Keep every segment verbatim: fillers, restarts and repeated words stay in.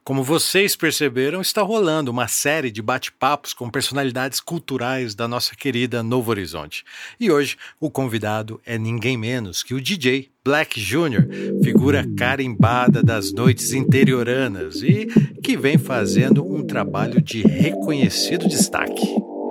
Como vocês perceberam, está rolando uma série de bate-papos com personalidades culturais da nossa querida Novo Horizonte. E hoje o convidado é ninguém menos que o D J Black Júnior, figura carimbada das noites interioranas e que vem fazendo um trabalho de reconhecido destaque.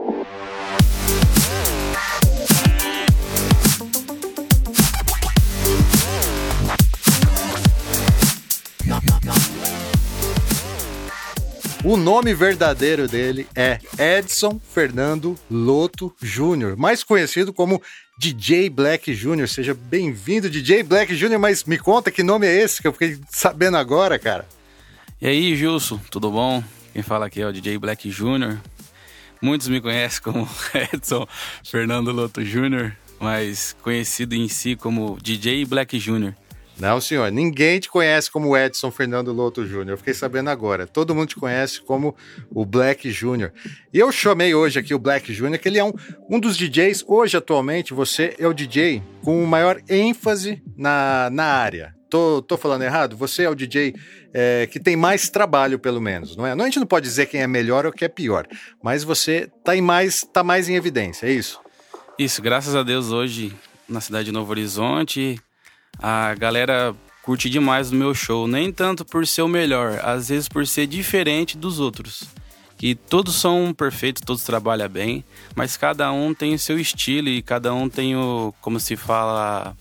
O nome verdadeiro dele é Edson Fernando Lotto Júnior, mais conhecido como D J Black Júnior. Seja bem-vindo, D J Black Júnior, mas me conta que nome é esse que eu fiquei sabendo agora, cara. E aí, Gilson, tudo bom? Quem fala aqui é o D J Black Júnior. Muitos me conhecem como Edson Fernando Lotto Júnior, mas conhecido em si como D J Black Júnior. Não, senhor, ninguém te conhece como Edson Fernando Lotto Júnior, eu fiquei sabendo agora. Todo mundo te conhece como o Black Júnior. E eu chamei hoje aqui o Black Júnior, que ele é um, um dos D Js, hoje atualmente você é o D J com maior ênfase na, na área. Tô, tô falando errado? Você é o D J é, que tem mais trabalho, pelo menos, não é? Não, a gente não pode dizer quem é melhor ou quem é pior, mas você tá, em mais, tá mais em evidência, é isso? Isso, graças a Deus hoje na cidade de Novo Horizonte a galera curte demais o meu show, nem tanto por ser o melhor, às vezes por ser diferente dos outros. Que todos são perfeitos, todos trabalham bem, mas cada um tem o seu estilo e cada um tem o, como se fala,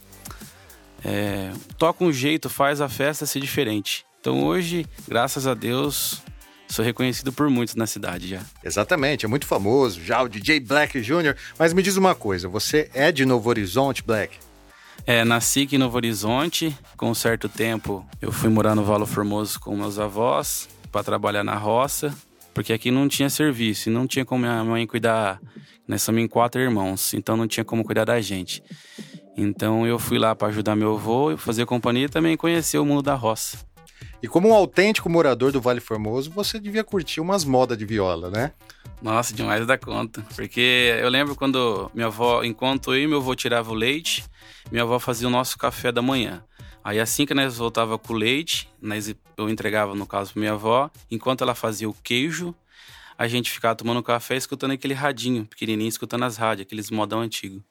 é, toca um jeito, faz a festa ser diferente. Então hoje, graças a Deus, sou reconhecido por muitos na cidade já. Exatamente, é muito famoso já o D J Black Júnior, mas me diz uma coisa, você é de Novo Horizonte, Black? É, nasci aqui em Novo Horizonte, com um certo tempo eu fui morar no Valo Formoso com meus avós para trabalhar na roça, porque aqui não tinha serviço e não tinha como minha mãe cuidar, nós somos em quatro irmãos, então não tinha como cuidar da gente. Então eu fui lá para ajudar meu avô, fazer companhia e também conhecer o mundo da roça. E como um autêntico morador do Vale Formoso, você devia curtir umas modas de viola, né? Nossa, demais da conta, porque eu lembro quando minha avó, enquanto eu e meu avô tiravam o leite, minha avó fazia o nosso café da manhã. Aí assim que nós voltava com o leite, nós, eu entregava no caso para minha avó, enquanto ela fazia o queijo, a gente ficava tomando café escutando aquele radinho pequenininho, escutando as rádios, aqueles modão antigo.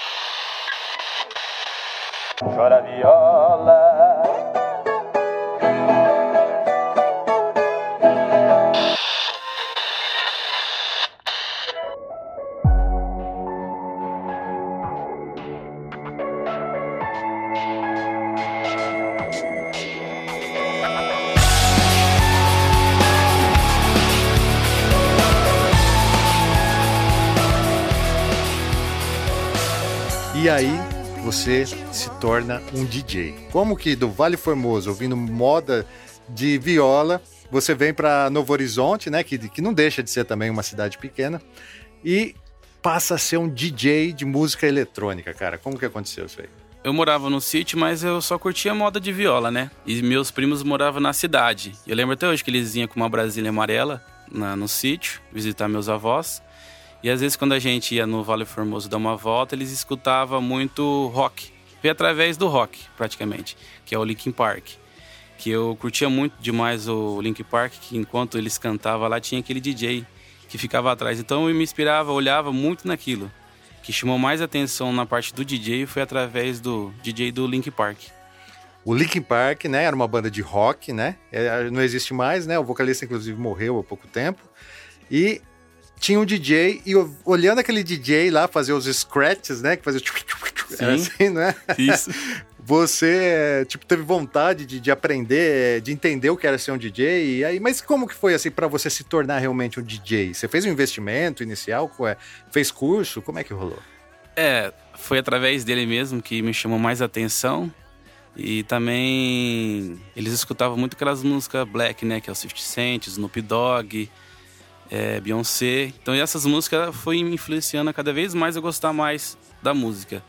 Chora viola. E aí você se torna um D J. Como que do Vale Formoso, ouvindo moda de viola, você vem para Novo Horizonte, né, que, que não deixa de ser também uma cidade pequena, e passa a ser um D J de música eletrônica, cara. Como que aconteceu isso aí? Eu morava no sítio, mas eu só curtia moda de viola, né? E meus primos moravam na cidade. Eu lembro até hoje que eles vinham com uma Brasília amarela na, no sítio, visitar meus avós. E às vezes quando a gente ia no Vale Formoso dar uma volta, eles escutavam muito rock. Foi através do rock, praticamente, que é o Linkin Park. Que eu curtia muito demais o Linkin Park, que enquanto eles cantavam lá tinha aquele D J que ficava atrás. Então eu me inspirava, olhava muito naquilo. O que chamou mais atenção na parte do D J foi através do D J do Linkin Park. O Linkin Park, né, era uma banda de rock, né? É, não existe mais, né? O vocalista, inclusive, morreu há pouco tempo. E tinha um D J, e olhando aquele D J lá fazer os scratches, né? Que fazia... Sim, era assim, né? Isso. Você, tipo, teve vontade de, de aprender, de entender o que era ser um D J, e aí, mas como que foi, assim, para você se tornar realmente um D J? Você fez um investimento inicial? Fez curso? Como é que rolou? É, foi através dele mesmo que me chamou mais atenção. E também eles escutavam muito aquelas músicas black, né? Que é o fifty Cent, Snoop Dogg, é, Beyoncé. Então essas músicas foi me influenciando a cada vez mais a gostar mais da música.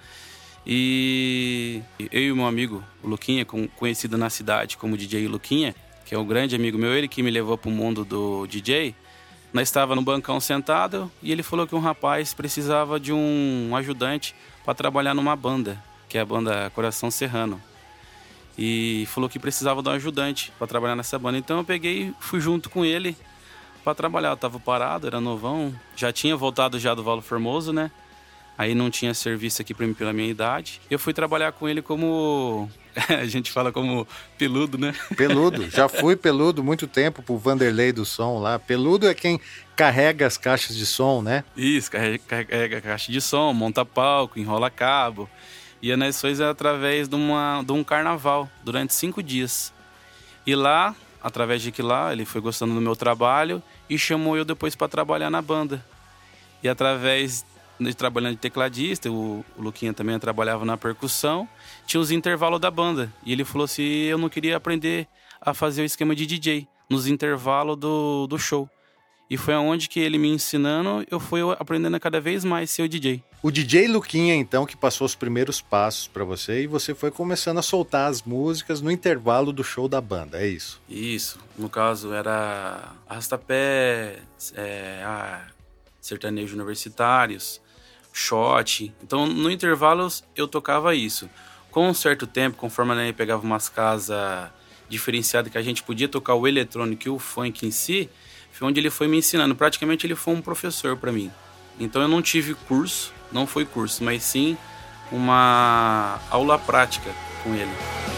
E eu e o meu amigo, o Luquinha, conhecido na cidade como D J Luquinha, que é um grande amigo meu, ele que me levou pro mundo do D J, nós estávamos no bancão sentado e ele falou que um rapaz precisava de um ajudante para trabalhar numa banda, que é a banda Coração Serrano. e falou que precisava de um ajudante para trabalhar nessa banda. Então eu peguei e fui junto com ele para trabalhar. Eu tava parado, era novão, já tinha voltado já do Valo Formoso, né? Aí não tinha serviço aqui pra mim pela minha idade. Eu fui trabalhar com ele como... a gente fala como peludo, né? Peludo. Já fui peludo muito tempo pro Vanderlei do som lá. Peludo é quem carrega as caixas de som, né? Isso, carrega, carrega a caixa de som, monta palco, enrola cabo. Ia nas coisas através de, uma, de um carnaval, durante cinco dias. E lá, através de que lá, ele foi gostando do meu trabalho e chamou eu depois para trabalhar na banda. E através... trabalhando de tecladista, o, o Luquinha também trabalhava na percussão, tinha os intervalos da banda, e ele falou se eu não queria aprender a fazer o esquema de D J, nos intervalos do, do show. E foi aonde que ele me ensinando, eu fui aprendendo cada vez mais ser o D J. O D J Luquinha, então, que passou os primeiros passos para você, e você foi começando a soltar as músicas no intervalo do show da banda, é isso? Isso, no caso era arrastapé, é, a sertanejo universitários, shot. Então, no intervalo, eu tocava isso. Com um certo tempo, conforme a Nenê pegava umas casas diferenciadas que a gente podia tocar o eletrônico e o funk em si, foi onde ele foi me ensinando. Praticamente, ele foi um professor para mim. Então, eu não tive curso, não foi curso, mas sim uma aula prática com ele.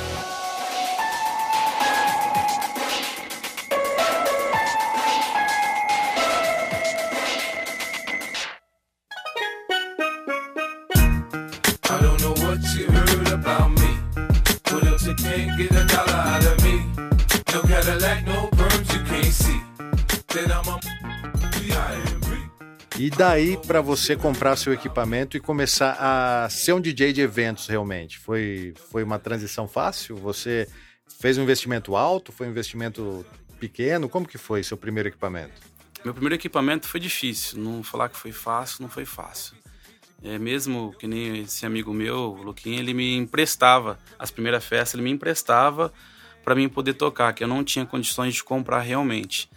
E daí para você comprar seu equipamento e começar a ser um D J de eventos realmente? Foi, foi uma transição fácil? Você fez um investimento alto? Foi um investimento pequeno? Como que foi seu primeiro equipamento? Meu primeiro equipamento foi difícil. Não falar que foi fácil, não foi fácil. É mesmo que nem esse amigo meu, o Luquinha, ele me emprestava. As primeiras festas ele me emprestava para mim poder tocar, que eu não tinha condições de comprar realmente.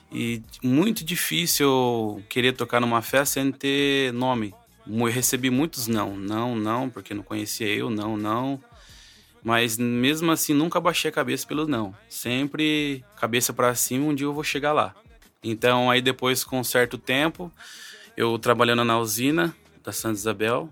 E muito difícil eu querer tocar numa festa sem ter nome. Eu recebi muitos não, não, não, porque não conhecia eu, não, não. Mas mesmo assim nunca baixei a cabeça pelo não. Sempre cabeça para cima, um dia eu vou chegar lá. Então aí depois, com um certo tempo, eu trabalhando na usina da Santa Isabel,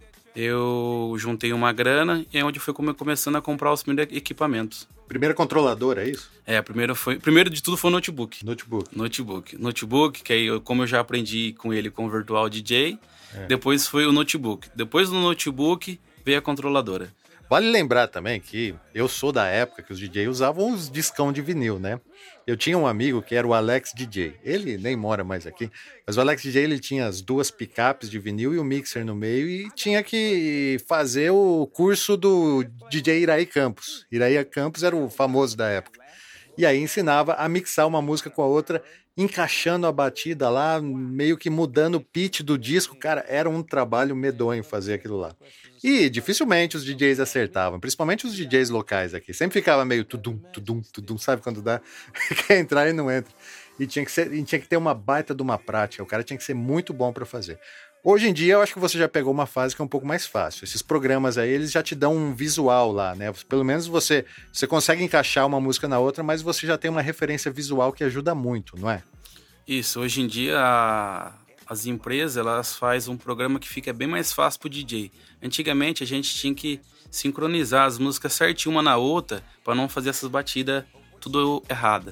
eu juntei uma grana e é onde foi começando a comprar os primeiros equipamentos. Primeira controladora, é isso? É, primeiro foi, primeiro de tudo foi o notebook. Notebook. Notebook. Notebook, que aí, eu, como eu já aprendi com ele com o Virtual D J, é. Depois foi o notebook. Depois do notebook veio a controladora. Vale lembrar também que eu sou da época que os D Js usavam os discão de vinil, né? Eu tinha um amigo que era o Alex D J. Ele nem mora mais aqui, mas o Alex D J ele tinha as duas picapes de vinil e o mixer no meio e tinha que fazer o curso do D J Iraí Campos. Iraí Campos era o famoso da época. E aí ensinava a mixar uma música com a outra, encaixando a batida lá, meio que mudando o pitch do disco. Cara, era um trabalho medonho fazer aquilo lá. E dificilmente os D Js acertavam, principalmente os D Js locais aqui. Sempre ficava meio tudum, tudum, tudum, sabe quando dá? Quer entrar e não entra. E tinha que ser, e tinha que ter uma baita de uma prática, o cara tinha que ser muito bom para fazer. Hoje em dia, eu acho que você já pegou uma fase que é um pouco mais fácil. Esses programas aí, eles já te dão um visual lá, né? Pelo menos você, você consegue encaixar uma música na outra, mas você já tem uma referência visual que ajuda muito, não é? Isso, hoje em dia a, as empresas elas fazem um programa que fica bem mais fácil pro D J. Antigamente a gente tinha que sincronizar as músicas certinho uma na outra para não fazer essas batidas tudo errada.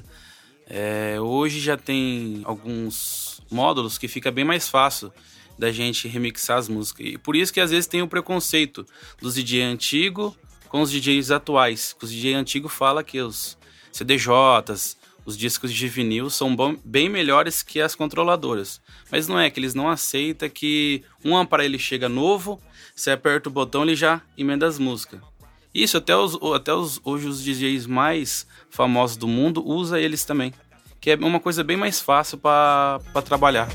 É, hoje já tem alguns módulos que fica bem mais fácil da gente remixar as músicas. E por isso que às vezes tem o preconceito dos D J antigos com os D Js atuais. Os D J antigos falam que os C D Js, os discos de vinil são bom, bem melhores que as controladoras. Mas não é, que eles não aceitam que um aparelho chega novo, você aperta o botão e ele já emenda as músicas. Isso, até, os, até os, hoje os D Js mais famosos do mundo usam eles também. Que é uma coisa bem mais fácil para trabalhar.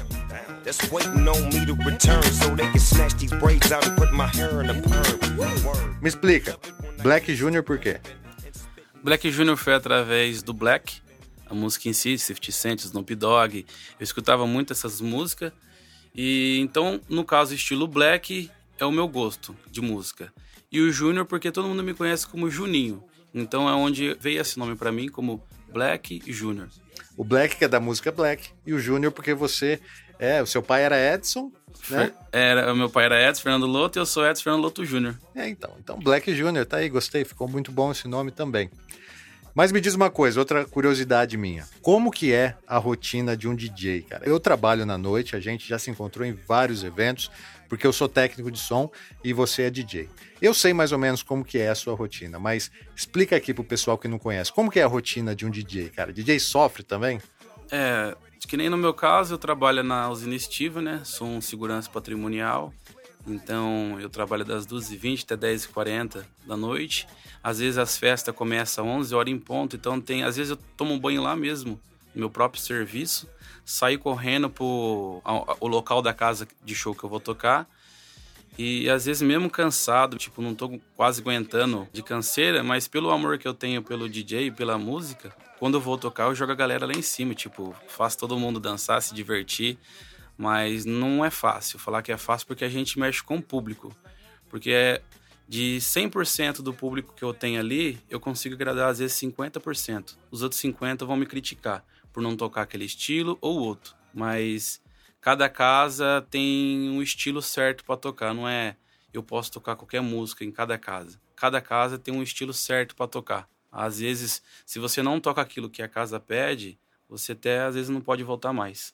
Me explica, Black Junior por quê? Black Junior foi através do Black, a música em si, fifty Cent, Snoop Dogg. Eu escutava muito essas músicas. E então, no caso, estilo Black é o meu gosto de música. E o Junior porque todo mundo me conhece como Juninho. Então é onde veio esse nome pra mim como Black Júnior. O Black que é da música Black e o Júnior porque você é, o seu pai era Edson, né? Era, o meu pai era Edson Fernando Loto e eu sou Edson Fernando Loto Júnior. É, então, então Black Júnior, tá aí, gostei, ficou muito bom esse nome também. Mas me diz uma coisa, outra curiosidade minha. Como que é a rotina de um D J, cara? Eu trabalho na noite, a gente já se encontrou em vários eventos, porque eu sou técnico de som e você é D J. Eu sei mais ou menos como que é a sua rotina, mas explica aqui pro pessoal que não conhece. Como que é a rotina de um D J, cara? D J sofre também? É, que nem no meu caso, eu trabalho na usina estiva, né? Sou um segurança patrimonial. Então, eu trabalho das duas e vinte até dez e quarenta da noite. Às vezes as festas começam às onze horas em ponto. Então, tem, às vezes eu tomo um banho lá mesmo, no meu próprio serviço. Saio correndo pro ao, ao local da casa de show que eu vou tocar. E às vezes mesmo cansado, tipo, não tô quase aguentando de canseira, mas pelo amor que eu tenho pelo D J, pela música, quando eu vou tocar eu jogo a galera lá em cima, tipo, faço todo mundo dançar, se divertir. Mas não é fácil falar que é fácil porque a gente mexe com o público. Porque é de cem por cento do público que eu tenho ali, eu consigo agradar às vezes cinquenta por cento. Os outros cinquenta por cento vão me criticar por não tocar aquele estilo ou outro. Mas cada casa tem um estilo certo para tocar, não é eu posso tocar qualquer música em cada casa. Cada casa tem um estilo certo para tocar. Às vezes, se você não toca aquilo que a casa pede, você até às vezes não pode voltar mais.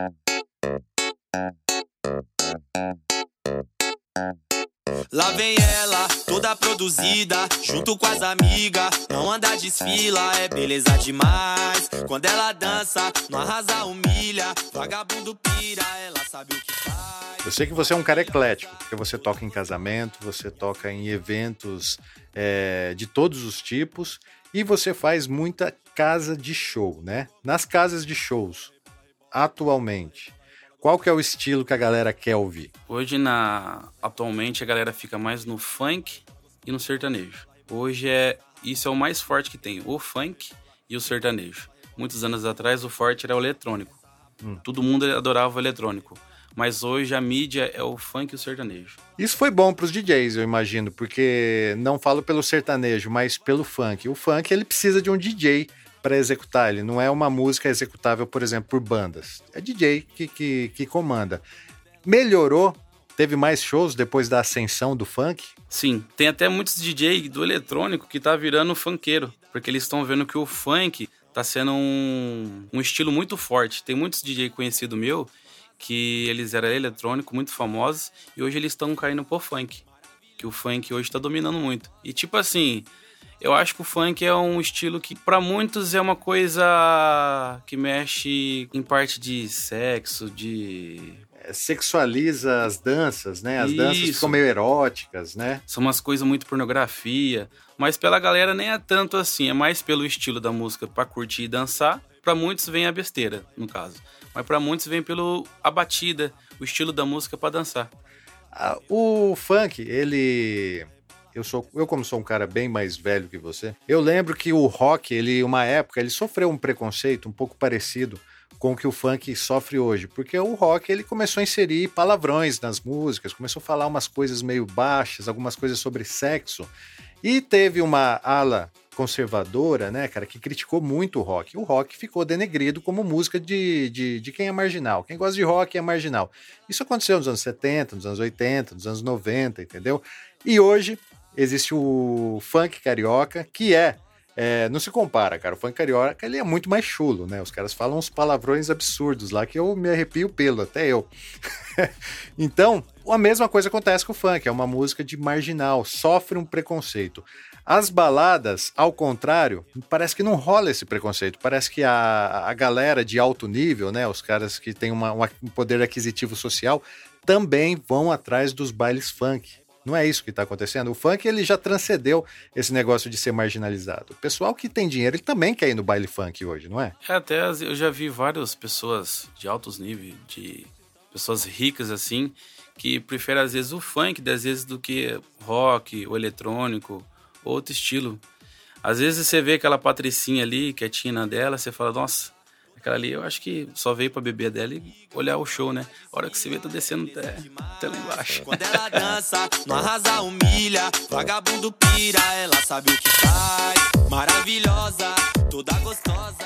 Lá vem ela, toda produzida, junto com as amigas. Não anda desfila, é beleza demais. Quando ela dança, não arrasa, humilha. Vagabundo pira, ela sabe o que faz. Eu sei que você é um cara eclético, porque você toca em casamento, você toca em eventos é, de todos os tipos e você faz muita casa de show, né? Nas casas de shows, atualmente, qual que é o estilo que a galera quer ouvir? Hoje, na... atualmente, a galera fica mais no funk e no sertanejo. Hoje, é isso é o mais forte que tem, o funk e o sertanejo. Muitos anos atrás, o forte era o eletrônico. Hum. Todo mundo adorava o eletrônico. Mas hoje, a mídia é o funk e o sertanejo. Isso foi bom para os D Js, eu imagino, porque não falo pelo sertanejo, mas pelo funk. O funk, ele precisa de um D J para executar, ele não é uma música executável, por exemplo, por bandas. É D J que, que, que comanda. Melhorou? Teve mais shows depois da ascensão do funk? Sim, tem até muitos D J do eletrônico que tá virando funkeiro, porque eles estão vendo que o funk tá sendo um, um estilo muito forte. Tem muitos D J conhecidos meu que eles eram eletrônicos, muito famosos, e hoje eles estão caindo pro funk, que o funk hoje tá dominando muito. E tipo assim, eu acho que o funk é um estilo que para muitos é uma coisa que mexe em parte de sexo, de... É, sexualiza as danças, né? As Isso. danças ficam meio eróticas, né? São umas coisas muito pornografia, mas pela galera nem é tanto assim, é mais pelo estilo da música para curtir e dançar. Para muitos vem a besteira, no caso. Mas para muitos vem pelo a batida, o estilo da música para dançar. Ah, o funk, ele... Eu, sou, eu, como sou um cara bem mais velho que você, eu lembro que o rock, ele, uma época, ele sofreu um preconceito um pouco parecido com o que o funk sofre hoje, porque o rock, ele começou a inserir palavrões nas músicas, começou a falar umas coisas meio baixas, algumas coisas sobre sexo, e teve uma ala conservadora, né, cara, que criticou muito o rock. O rock ficou denegrido como música de, de, de quem é marginal. Quem gosta de rock é marginal. Isso aconteceu nos anos setenta, nos anos oitenta, nos anos noventa, entendeu? E hoje existe o funk carioca, que é, é, não se compara, cara, o funk carioca, ele é muito mais chulo, né, os caras falam uns palavrões absurdos lá, que eu me arrepio o pelo, até eu. Então, a mesma coisa acontece com o funk, é uma música de marginal, sofre um preconceito. As baladas, ao contrário, parece que não rola esse preconceito, parece que a, a galera de alto nível, né, os caras que têm uma, uma, um poder aquisitivo social, também vão atrás dos bailes funk. Não é isso que está acontecendo. O funk, ele já transcendeu esse negócio de ser marginalizado. O pessoal que tem dinheiro, ele também quer ir no baile funk hoje, não é? É, até eu já vi várias pessoas de altos níveis, de pessoas ricas assim, que preferem às vezes o funk, às vezes do que rock, o eletrônico, outro estilo. Às vezes você vê aquela patricinha ali, quietinha na dela, você fala, nossa, Aquela ali eu acho que só veio pra beber dela e olhar o show, né? A hora que você vê, tô descendo até, até lá embaixo. Quando ela dança, não arrasa, humilha. Vagabundo pira, ela sabe o que faz. Maravilhosa, toda gostosa.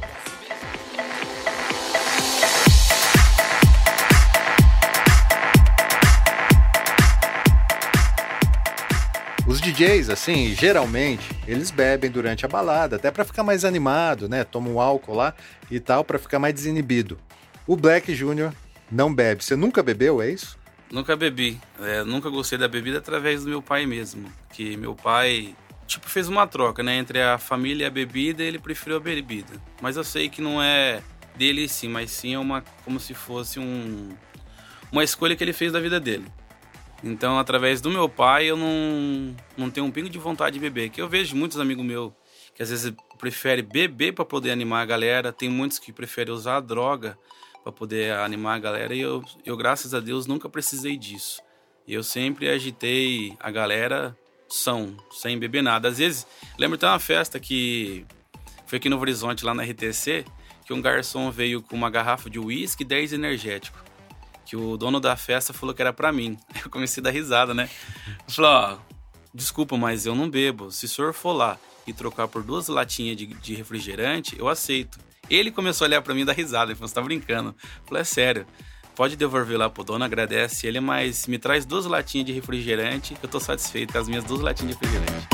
Os D Js, assim, geralmente, eles bebem durante a balada, até pra ficar mais animado, né? Toma um álcool lá e tal, pra ficar mais desinibido. O Black Júnior não bebe. Você nunca bebeu, é isso? Nunca bebi. É, nunca gostei da bebida através do meu pai mesmo. Que meu pai, tipo, fez uma troca, né? Entre a família e a bebida, ele preferiu a bebida. Mas eu sei que não é dele sim, mas sim é uma, como se fosse um, uma escolha que ele fez da vida dele. Então, através do meu pai, eu não, não tenho um pingo de vontade de beber. Que eu vejo muitos amigos meus que às vezes preferem beber para poder animar a galera. Tem muitos que preferem usar a droga para poder animar a galera. E eu, eu, graças a Deus, nunca precisei disso. E eu sempre agitei a galera são, sem beber nada. Às vezes, lembro de uma festa que foi aqui no Novo Horizonte, lá na R T C, que um garçom veio com uma garrafa de uísque e dez energéticos. Que o dono da festa falou que era pra mim. Eu comecei a dar risada, né? Eu falei, ó, desculpa, mas eu não bebo. Se o senhor for lá e trocar por duas latinhas de, de refrigerante, eu aceito. Ele começou a olhar pra mim e dar risada. Ele falou, você tá brincando? Eu falei, é sério. Pode devolver lá pro dono, agradece ele, mas me traz duas latinhas de refrigerante, que eu tô satisfeito com as minhas duas latinhas de refrigerante.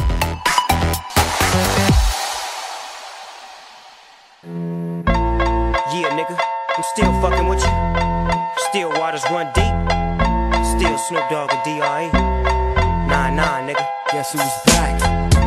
Yeah, nigga, I'm still fucking with you. Still waters run deep. Still Snoop Dogg and D R E. Nah, nah, nigga. Guess who's back?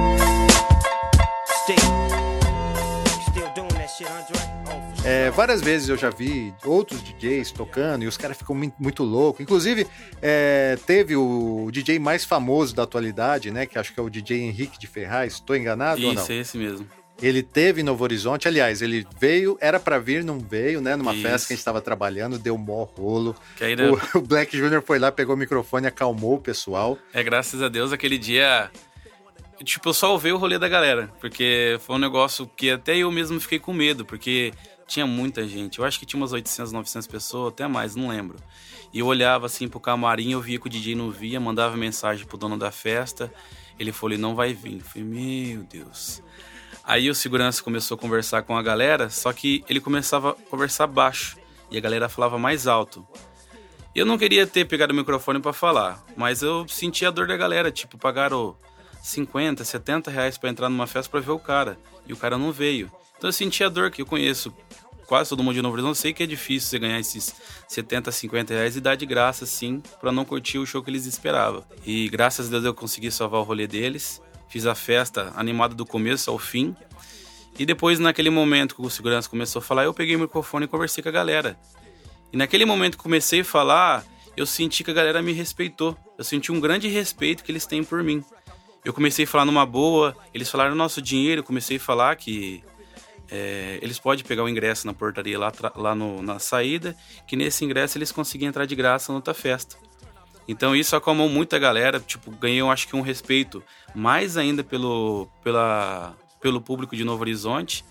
Still. Still doing that shit, Andre? Oh, É, várias vezes eu já vi outros D Js tocando e os caras ficam muito, muito loucos. Inclusive, é, teve o D J mais famoso da atualidade, né? Que acho que é o D J Henrique de Ferraz. Tô enganado Isso, ou não? Isso, é esse mesmo. Ele teve em Novo Horizonte, aliás, ele veio, era pra vir, não veio, né? Numa Isso. festa que a gente tava trabalhando, deu mó rolo. Que aí deu... o, o Black Júnior foi lá, pegou o microfone, acalmou o pessoal. É, graças a Deus, aquele dia... Tipo, eu só ouvi o rolê da galera, porque foi um negócio que até eu mesmo fiquei com medo, porque tinha muita gente. Eu acho que tinha umas oitocentas, novecentas pessoas, até mais, não lembro. E eu olhava assim pro camarim, eu via que o D J não via, mandava mensagem pro dono da festa. Ele falou, ele não vai vir. Eu falei, meu Deus... Aí o segurança começou a conversar com a galera, só que ele começava a conversar baixo e a galera falava mais alto. Eu não queria ter pegado o microfone pra falar, mas eu sentia a dor da galera, tipo, pagaram cinquenta, setenta reais pra entrar numa festa pra ver o cara, e o cara não veio. Então eu sentia a dor, que eu conheço quase todo mundo de Novo Horizonte, sei que é difícil você ganhar esses setenta, cinquenta reais e dar de graça, assim, pra não curtir o show que eles esperavam. E graças a Deus eu consegui salvar o rolê deles. Fiz a festa animada do começo ao fim. E depois, naquele momento que o segurança começou a falar, eu peguei o microfone e conversei com a galera. E naquele momento que comecei a falar, eu senti que a galera me respeitou. Eu senti um grande respeito que eles têm por mim. Eu comecei a falar numa boa, eles falaram nosso dinheiro, eu comecei a falar que é, eles podem pegar o ingresso na portaria lá, lá no, na saída, que nesse ingresso eles conseguiam entrar de graça na outra festa. Então isso acalmou muito a galera, tipo, ganhei, eu acho que um respeito mais ainda pelo, pela, pelo público de Novo Horizonte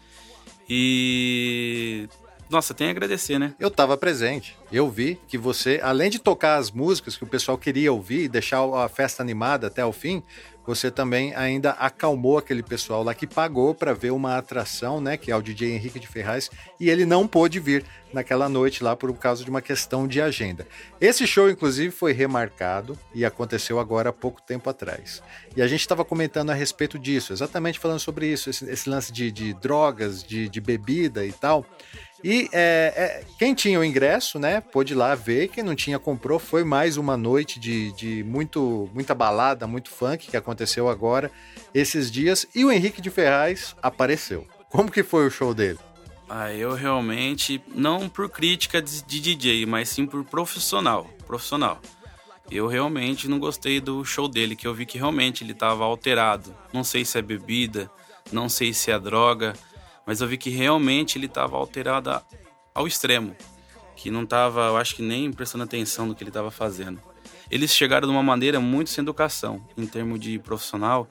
e... Nossa, tem a agradecer, né? Eu tava presente, eu vi que você, além de tocar as músicas que o pessoal queria ouvir e deixar a festa animada até o fim, você também ainda acalmou aquele pessoal lá que pagou para ver uma atração, né, que é o D J Henrique de Ferraz, e ele não pôde vir naquela noite lá por causa de uma questão de agenda. Esse show, inclusive, foi remarcado e aconteceu agora há pouco tempo atrás. E a gente estava comentando a respeito disso, exatamente falando sobre isso, esse, esse lance de, de drogas, de, de bebida e tal. E é, é, quem tinha o ingresso, né, pôde ir lá ver, quem não tinha comprou, foi mais uma noite de, de muito, muita balada, muito funk que aconteceu agora, esses dias, e o Henrique de Ferraz apareceu. Como que foi o show dele? Ah, eu realmente, não por crítica de D J, mas sim por profissional, profissional. Eu realmente não gostei do show dele, que eu vi que realmente ele estava alterado. Não sei se é bebida, não sei se é droga, mas eu vi que realmente ele estava alterado ao extremo, que não estava, eu acho que nem prestando atenção no que ele estava fazendo. Eles chegaram de uma maneira muito sem educação, em termos de profissional,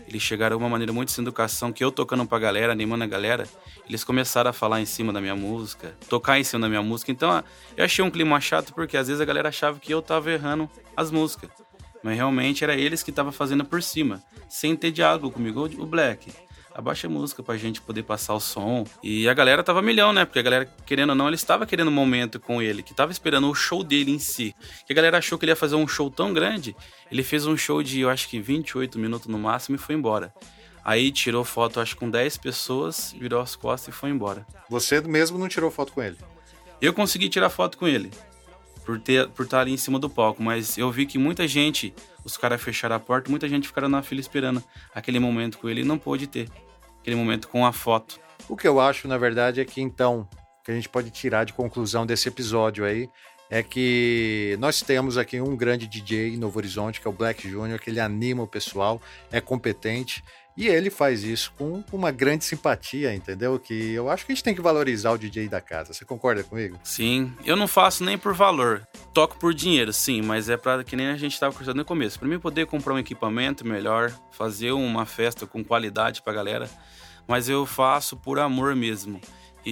eles chegaram de uma maneira muito sem educação, que eu tocando pra galera, animando a galera, eles começaram a falar em cima da minha música, tocar em cima da minha música. Então, eu achei um clima chato, porque às vezes a galera achava que eu tava errando as músicas. Mas realmente era eles que estavam fazendo por cima, sem ter diálogo comigo. O Black, abaixa a música pra gente poder passar o som. E a galera tava milhão, né? Porque a galera, querendo ou não, ele estava querendo um momento com ele, que tava esperando o show dele em si. Que a galera achou que ele ia fazer um show tão grande, ele fez um show de, eu acho que vinte e oito minutos no máximo e foi embora. Aí tirou foto, acho que com dez pessoas, virou as costas e foi embora. Você mesmo não tirou foto com ele? Eu consegui tirar foto com ele, por, ter, por estar ali em cima do palco, mas eu vi que muita gente, os caras fecharam a porta, muita gente ficaram na fila esperando aquele momento com ele e não pôde ter. Aquele momento com a foto. O que eu acho, na verdade, é que então, o que a gente pode tirar de conclusão desse episódio aí, é que nós temos aqui um grande D J em Novo Horizonte, que é o Black Júnior, que ele anima o pessoal, é competente, e ele faz isso com uma grande simpatia, entendeu? Que eu acho que a gente tem que valorizar o D J da casa. Você concorda comigo? Sim, eu não faço nem por valor. Toco por dinheiro, sim, mas é pra que nem a gente estava conversando no começo. Pra mim poder comprar um equipamento melhor, fazer uma festa com qualidade pra galera, mas eu faço por amor mesmo.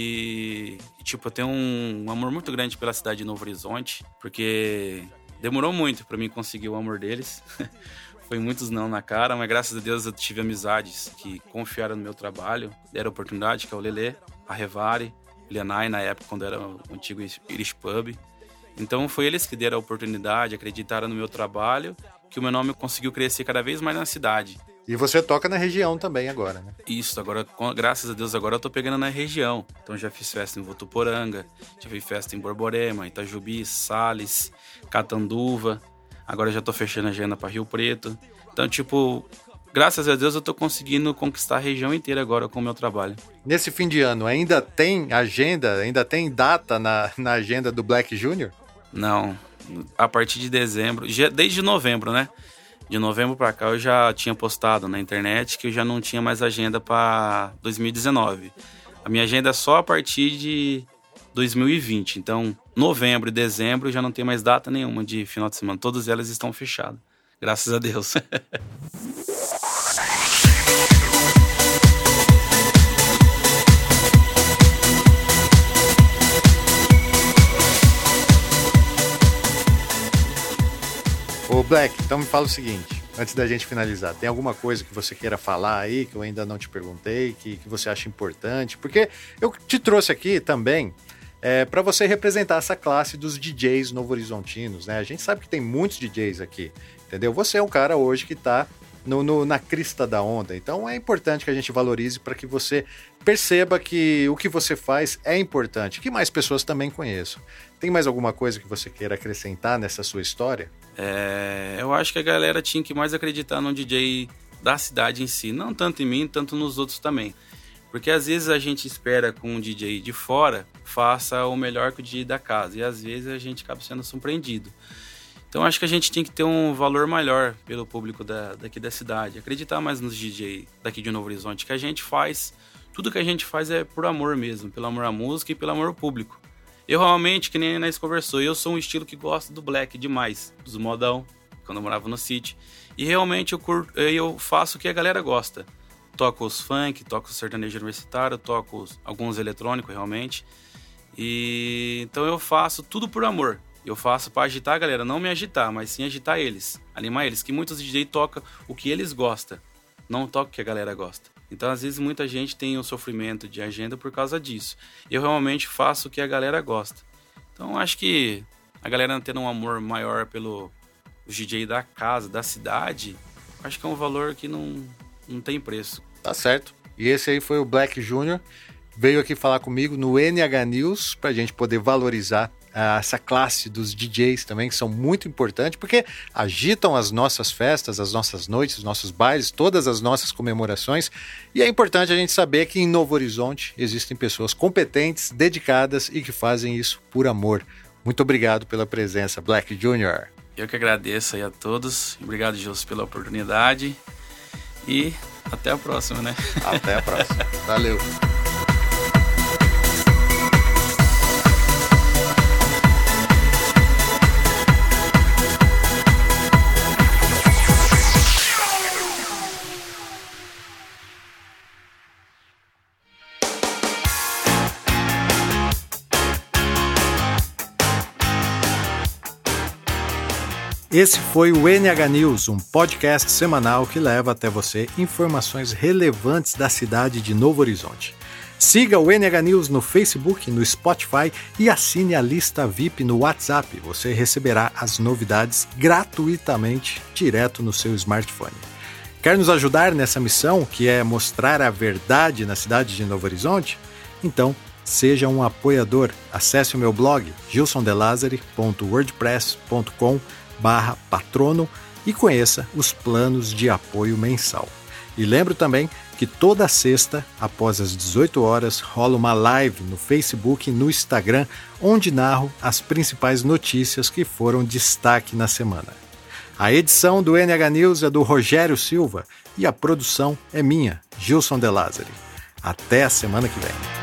E, tipo, eu tenho um, um amor muito grande pela cidade de Novo Horizonte, porque demorou muito pra mim conseguir o amor deles. Foi muitos não na cara, mas graças a Deus eu tive amizades que confiaram no meu trabalho, deram oportunidade, que é o Lelê, a Revari, o Lianai, na época, quando era o antigo Irish Pub. Então foi eles que deram a oportunidade, acreditaram no meu trabalho, que o meu nome conseguiu crescer cada vez mais na cidade. E você toca na região também agora, né? Isso, agora, graças a Deus, agora eu tô pegando na região. Então já fiz festa em Votuporanga, já fiz festa em Borborema, Itajubi, Sales, Catanduva. Agora eu já tô fechando a agenda pra Rio Preto. Então, tipo, graças a Deus eu tô conseguindo conquistar a região inteira agora com o meu trabalho. Nesse fim de ano, ainda tem agenda, ainda tem data na, na agenda do Black Júnior? Não, a partir de dezembro, desde novembro, né? De novembro pra cá eu já tinha postado na internet que eu já não tinha mais agenda pra dois mil e dezenove. A minha agenda é só a partir de dois mil e vinte. Então, novembro e dezembro já não tem mais data nenhuma de final de semana. Todas elas estão fechadas. Graças a Deus. Ô Black, então me fala o seguinte, antes da gente finalizar, tem alguma coisa que você queira falar aí, que eu ainda não te perguntei, que, que você acha importante? Porque eu te trouxe aqui também é, para você representar essa classe dos D Js novo-horizontinos, né? A gente sabe que tem muitos D Js aqui, entendeu? Você é um cara hoje que tá no, no, na crista da onda, então é importante que a gente valorize para que você perceba que o que você faz é importante, que mais pessoas também conheçam. Tem mais alguma coisa que você queira acrescentar nessa sua história? É, eu acho que a galera tinha que mais acreditar no D J da cidade em si, não tanto em mim, tanto nos outros também. Porque às vezes a gente espera que um D J de fora faça o melhor que o D J da casa, e às vezes a gente acaba sendo surpreendido. Então acho que a gente tem que ter um valor maior pelo público da, daqui da cidade, acreditar mais nos D J daqui de Novo Horizonte, que a gente faz, tudo que a gente faz é por amor mesmo, pelo amor à música e pelo amor ao público. Eu realmente, que nem a Inês conversou, eu sou um estilo que gosto do black demais, dos modão, quando eu morava no City. E realmente eu, curto, eu faço o que a galera gosta. Toco os funk, toco o sertanejo universitário, toco os, alguns eletrônicos realmente. E então eu faço tudo por amor. Eu faço para agitar a galera, não me agitar, mas sim agitar eles, animar eles. Que muitos D J tocam o que eles gostam, não toca o que a galera gosta. Então, às vezes, muita gente tem um sofrimento de agenda por causa disso. Eu realmente faço o que a galera gosta. Então, acho que a galera tendo um amor maior pelo D J da casa, da cidade, acho que é um valor que não, não tem preço. Tá certo. E esse aí foi o Black Júnior. Veio aqui falar comigo no N H News pra gente poder valorizar uh, essa classe dos D Js também, que são muito importantes, porque agitam as nossas festas, as nossas noites, os nossos bailes, todas as nossas comemorações. E é importante a gente saber que em Novo Horizonte existem pessoas competentes, dedicadas e que fazem isso por amor. Muito obrigado pela presença, Black Júnior. Eu que agradeço aí a todos. Obrigado, Jus, pela oportunidade. E até a próxima, né? Até a próxima. Valeu. Esse foi o N H News, um podcast semanal que leva até você informações relevantes da cidade de Novo Horizonte. Siga o N H News no Facebook, no Spotify e assine a lista V I P no WhatsApp. Você receberá as novidades gratuitamente direto no seu smartphone. Quer nos ajudar nessa missão, que é mostrar a verdade na cidade de Novo Horizonte? Então, seja um apoiador. Acesse o meu blog gilson de lazari ponto wordpress ponto com barra patrono e conheça os planos de apoio mensal. E lembro também que toda sexta, após as dezoito horas, rola uma live no Facebook e no Instagram, onde narro as principais notícias que foram destaque na semana. A edição do N H News é do Rogério Silva e a produção é minha, Gilson de Lazari. Até a semana que vem.